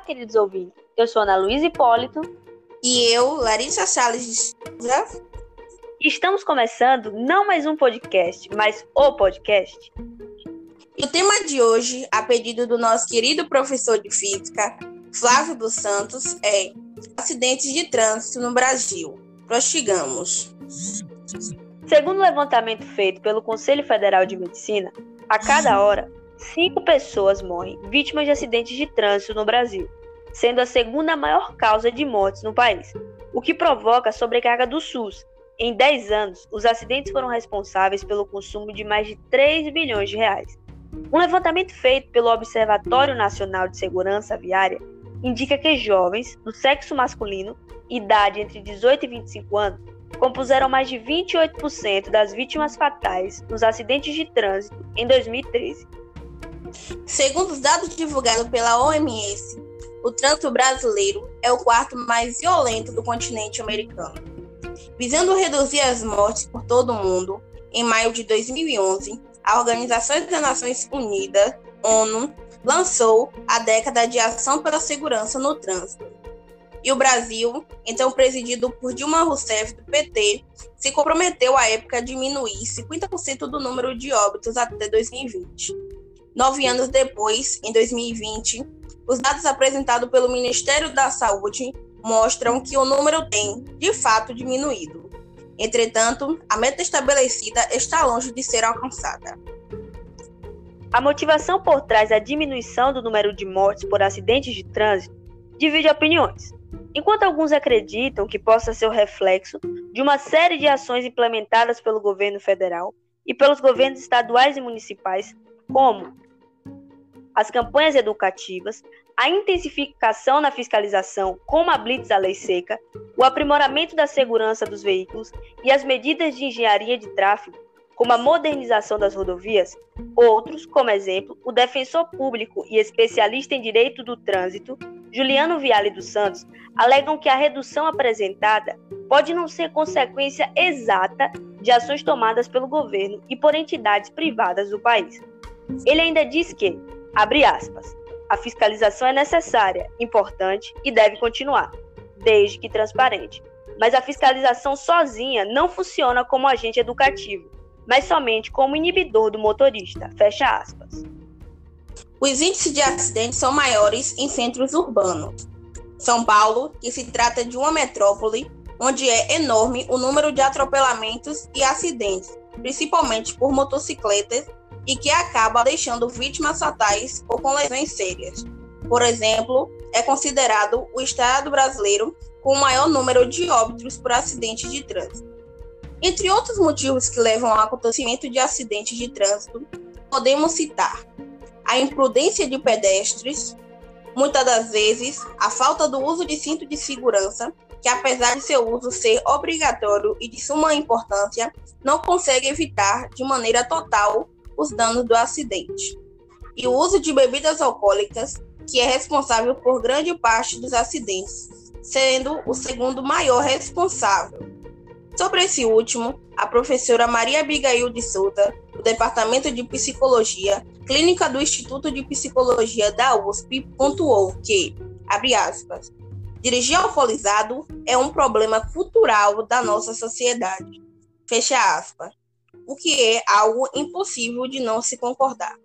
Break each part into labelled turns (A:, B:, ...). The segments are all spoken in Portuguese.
A: queridos ouvintes. Eu sou Ana Luísa Hipólito.
B: E eu, Larissa Salles de Souza.
A: Estamos começando não mais um podcast, mas o podcast.
B: E o tema de hoje, a pedido do nosso querido professor de física, Flávio dos Santos, é acidentes de trânsito no Brasil. Prossigamos.
A: Segundo o levantamento feito pelo Conselho Federal de Medicina, a cada hora, 5 pessoas morrem vítimas de acidentes de trânsito no Brasil, sendo a segunda maior causa de mortes no país, o que provoca a sobrecarga do SUS. Em 10 anos, os acidentes foram responsáveis pelo consumo de mais de 3 bilhões de reais. Um levantamento feito pelo Observatório Nacional de Segurança Viária indica que jovens do sexo masculino, idade entre 18 e 25 anos, compuseram mais de 28% das vítimas fatais nos acidentes de trânsito em 2013.
B: Segundo os dados divulgados pela OMS, o trânsito brasileiro é o quarto mais violento do continente americano. Visando reduzir as mortes por todo o mundo, em maio de 2011, a Organização das Nações Unidas, ONU, lançou a Década de Ação pela Segurança no Trânsito. E o Brasil, então presidido por Dilma Rousseff do PT, se comprometeu à época a diminuir 50% do número de óbitos até 2020. 9 anos depois, em 2020, os dados apresentados pelo Ministério da Saúde mostram que o número tem, de fato, diminuído. Entretanto, a meta estabelecida está longe de ser alcançada.
A: A motivação por trás da diminuição do número de mortes por acidentes de trânsito divide opiniões. Enquanto alguns acreditam que possa ser o reflexo de uma série de ações implementadas pelo governo federal e pelos governos estaduais e municipais, como as campanhas educativas, a intensificação na fiscalização, como a Blitz da Lei Seca, o aprimoramento da segurança dos veículos e as medidas de engenharia de tráfego, como a modernização das rodovias, outros, como exemplo, o defensor público e especialista em direito do trânsito, Juliano Viale dos Santos, alegam que a redução apresentada pode não ser consequência exata de ações tomadas pelo governo e por entidades privadas do país. Ele ainda diz que, abre aspas, a fiscalização é necessária, importante e deve continuar, desde que transparente. Mas a fiscalização sozinha não funciona como agente educativo, mas somente como inibidor do motorista, fecha aspas.
B: Os índices de acidentes são maiores em centros urbanos. São Paulo, que se trata de uma metrópole, onde é enorme o número de atropelamentos e acidentes, principalmente por motocicletas, e que acaba deixando vítimas fatais ou com lesões sérias. Por exemplo, é considerado o estado brasileiro com o maior número de óbitos por acidentes de trânsito. Entre outros motivos que levam ao acontecimento de acidentes de trânsito, podemos citar a imprudência de pedestres, muitas das vezes a falta do uso de cinto de segurança, que apesar de seu uso ser obrigatório e de suma importância, não consegue evitar de maneira total os danos do acidente. E o uso de bebidas alcoólicas, que é responsável por grande parte dos acidentes, sendo o segundo maior responsável. Sobre esse último, a professora Maria Abigail de Souza, do Departamento de Psicologia, Clínica do Instituto de Psicologia da USP, pontuou que, abre aspas, dirigir alcoolizado é um problema cultural da nossa sociedade, fecha aspas, o que é algo impossível de não se concordar.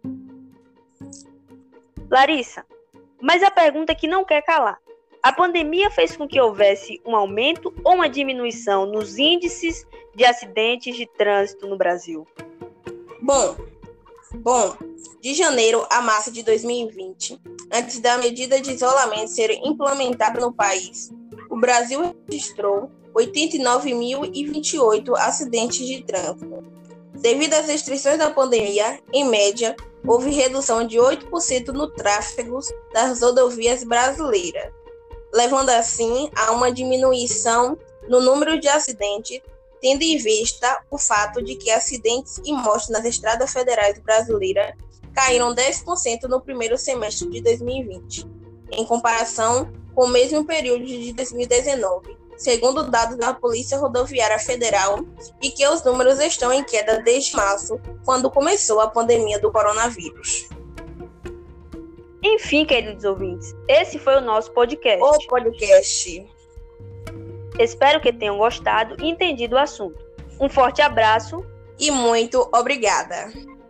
A: Larissa, mas a pergunta que não quer calar. A pandemia fez com que houvesse um aumento ou uma diminuição nos índices de acidentes de trânsito no Brasil?
B: Bom, de janeiro a março de 2020, antes da medida de isolamento ser implementada no país, o Brasil registrou 89.028 acidentes de trânsito. Devido às restrições da pandemia, em média, houve redução de 8% no tráfego das rodovias brasileiras, levando assim a uma diminuição no número de acidentes, tendo em vista o fato de que acidentes e mortes nas estradas federais brasileiras caíram 10% no primeiro semestre de 2020, em comparação com o mesmo período de 2019, segundo dados da Polícia Rodoviária Federal, e que os números estão em queda desde março, quando começou a pandemia do coronavírus.
A: Enfim, queridos ouvintes, esse foi o nosso podcast.
B: O podcast.
A: Espero que tenham gostado e entendido o assunto. Um forte abraço
B: e muito obrigada.